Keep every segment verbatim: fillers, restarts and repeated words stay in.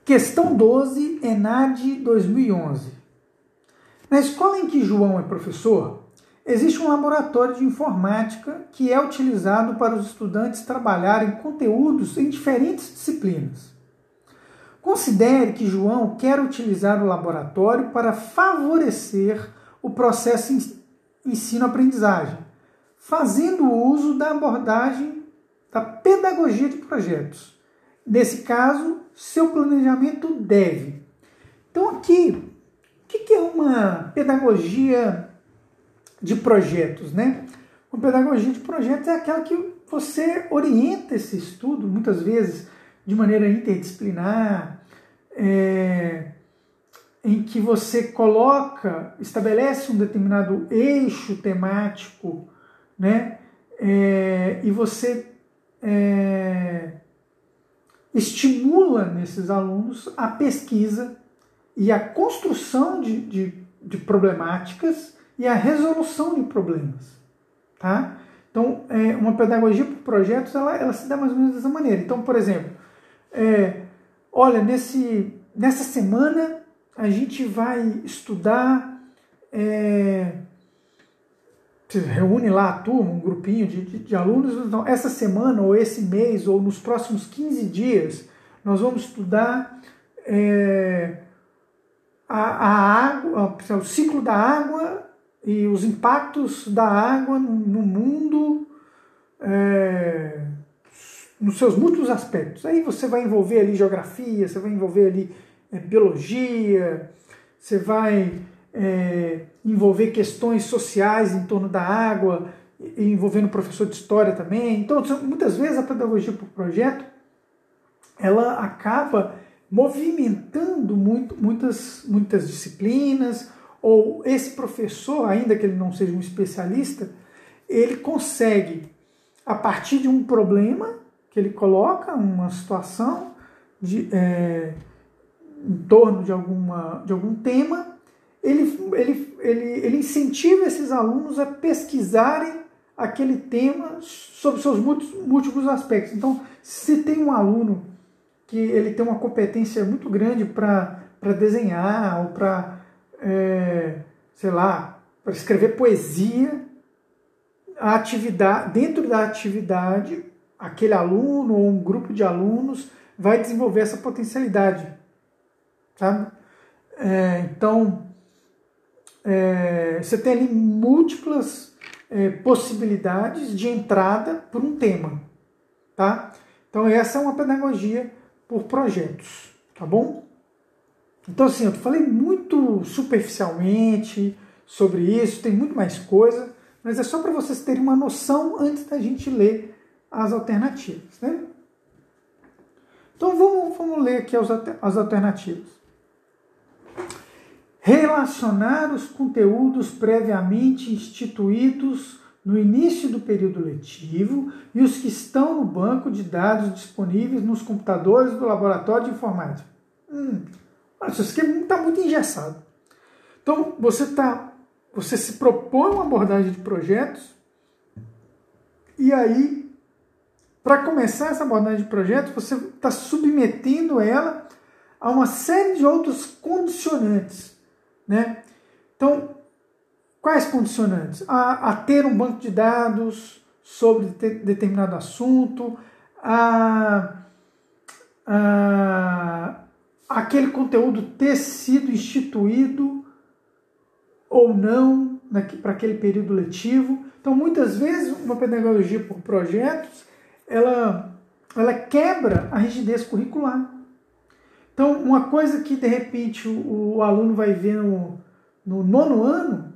Questão doze, ENAD dois mil e onze. Na escola em que João é professor, existe um laboratório de informática que é utilizado para os estudantes trabalharem conteúdos em diferentes disciplinas. Considere que João quer utilizar o laboratório para favorecer o processo ensino-aprendizagem, fazendo uso da abordagem da pedagogia de projetos. Nesse caso, seu planejamento deve. Então aqui, o que é uma pedagogia de projetos, né? Uma pedagogia de projetos é aquela que você orienta esse estudo, muitas vezes de maneira interdisciplinar, é, em que você coloca, estabelece um determinado eixo temático, né? É, e você é, estimula nesses alunos a pesquisa e a construção de, de, de problemáticas e a resolução de problemas, tá? Então, é, uma pedagogia por projetos, ela, ela se dá mais ou menos dessa maneira. Então, por exemplo, é, olha, nesse, nessa semana a gente vai estudar, é, se reúne lá a turma, um grupinho de, de, de alunos, então, essa semana, ou esse mês, ou nos próximos quinze dias, nós vamos estudar é, a, a água, o ciclo da água e os impactos da água no, no mundo, é, nos seus múltiplos aspectos. Aí você vai envolver ali geografia, você vai envolver ali é, biologia, você vai é, envolver questões sociais em torno da água, envolvendo o professor de história também. Então, muitas vezes a pedagogia por projeto, ela acaba movimentando muito, muitas, muitas disciplinas, ou esse professor, ainda que ele não seja um especialista, ele consegue, a partir de um problema que ele coloca, uma situação de, é, em torno de, alguma, de algum tema, ele, ele, ele, ele incentiva esses alunos a pesquisarem aquele tema sobre seus múltiplos aspectos. Então, se tem um aluno que ele tem uma competência muito grande para desenhar ou para, é, sei lá, para escrever poesia, a atividade, dentro da atividade, aquele aluno ou um grupo de alunos vai desenvolver essa potencialidade, sabe? É, então, é, você tem ali múltiplas é, possibilidades de entrada por um tema, tá? Então, essa é uma pedagogia por projetos, tá bom? Então, assim, eu falei muito superficialmente sobre isso, tem muito mais coisa, mas é só para vocês terem uma noção antes da gente ler as alternativas, né? Então, vamos, vamos ler aqui as, as alternativas. Relacionar os conteúdos previamente instituídos no início do período letivo e os que estão no banco de dados disponíveis nos computadores do laboratório de informática. Hum, isso aqui está muito engessado. Então, você, tá, você se propõe uma abordagem de projetos e aí, para começar essa abordagem de projetos, você está submetendo ela a uma série de outros condicionantes, né? Então, quais condicionantes? A, a ter um banco de dados sobre determinado assunto, a, a, aquele conteúdo ter sido instituído ou não para aquele período letivo. Então, muitas vezes, uma pedagogia por projetos, ela, ela quebra a rigidez curricular. Então, uma coisa que, de repente, o, o aluno vai ver no, no nono ano,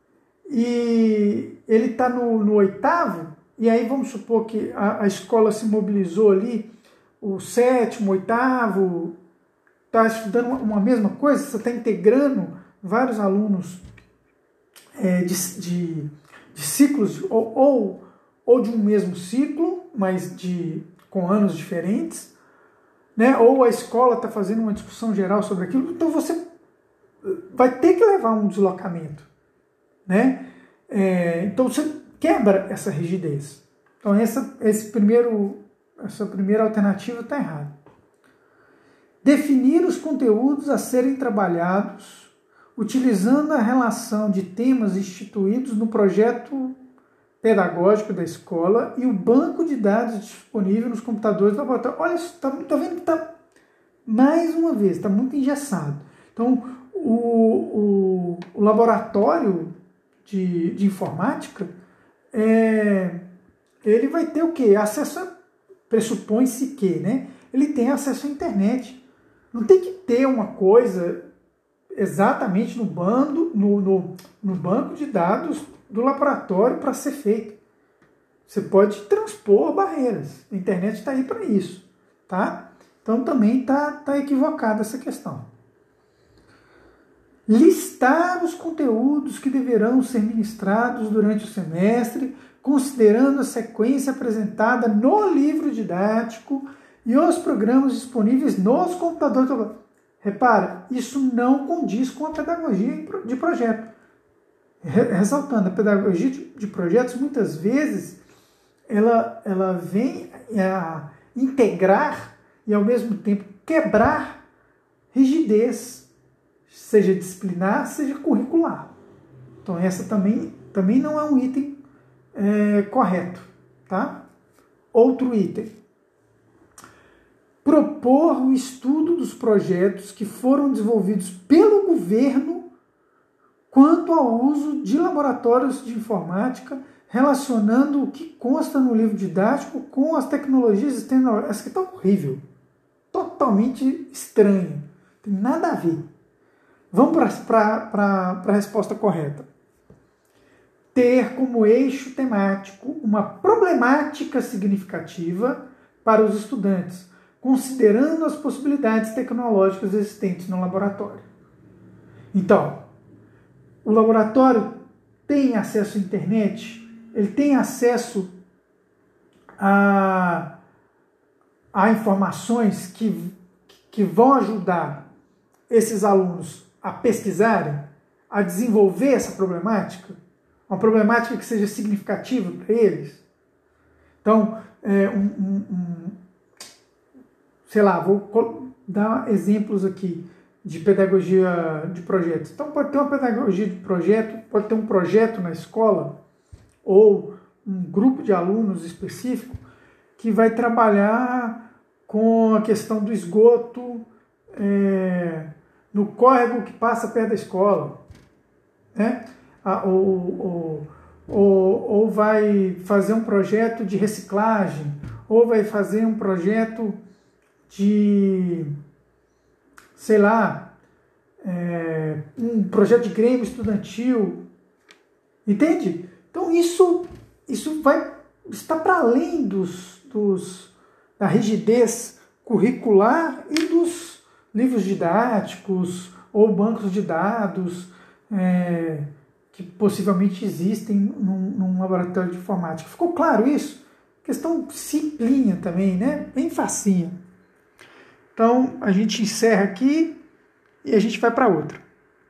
e ele está no, no oitavo, e aí vamos supor que a, a escola se mobilizou ali, o sétimo, oitavo, está estudando uma, uma mesma coisa, você está integrando vários alunos é, de, de, de ciclos, ou, ou, ou de um mesmo ciclo, mas de, com anos diferentes, né? Ou a escola está fazendo uma discussão geral sobre aquilo, então você vai ter que levar um deslocamento, né? É, então você quebra essa rigidez. Então essa, esse primeiro, essa primeira alternativa está errada. Definir os conteúdos a serem trabalhados, utilizando a relação de temas instituídos no projeto pedagógico da escola e o banco de dados disponível nos computadores do laboratório. Olha, está tá vendo que está, mais uma vez, está muito engessado. Então, o, o, o laboratório de, de informática, é, ele vai ter o quê? Acesso a, pressupõe-se que, né? Ele tem acesso à internet. Não tem que ter uma coisa exatamente no, bando, no, no, no banco de dados do laboratório para ser feito. Você pode transpor barreiras. A internet está aí para isso. Tá? Então também está tá equivocada essa questão. Listar os conteúdos que deverão ser ministrados durante o semestre, considerando a sequência apresentada no livro didático e os programas disponíveis nos computadores. Repara, isso não condiz com a pedagogia de projeto. Ressaltando, a pedagogia de projetos, muitas vezes, ela, ela vem a integrar e, ao mesmo tempo, quebrar rigidez, seja disciplinar, seja curricular. Então, essa também, também não é um item é, correto. Tá? Outro item. Propor o estudo dos projetos que foram desenvolvidos pelo governo quanto ao uso de laboratórios de informática, relacionando o que consta no livro didático com as tecnologias existentes. Essa aqui está horrível, totalmente estranha, não tem nada a ver. Vamos para a resposta correta. Ter como eixo temático uma problemática significativa para os estudantes, considerando as possibilidades tecnológicas existentes no laboratório. Então, o laboratório tem acesso à internet, ele tem acesso a, a informações que, que vão ajudar esses alunos a pesquisarem, a desenvolver essa problemática, uma problemática que seja significativa para eles. Então, é, um, um, um, sei lá, vou dar exemplos aqui de pedagogia de projetos. Então, pode ter uma pedagogia de projeto, pode ter um projeto na escola ou um grupo de alunos específico que vai trabalhar com a questão do esgoto é, no córrego que passa perto da escola, né? Ah, ou, ou, ou, ou vai fazer um projeto de reciclagem, ou vai fazer um projeto de, sei lá, é, um projeto de grêmio estudantil, entende? Então isso, isso vai está para além dos, dos, da rigidez curricular e dos livros didáticos ou bancos de dados é, que possivelmente existem num, num laboratório de informática. Ficou claro isso? Questão simplinha também, né? Bem facinha. Então, a gente encerra aqui e a gente vai para outra.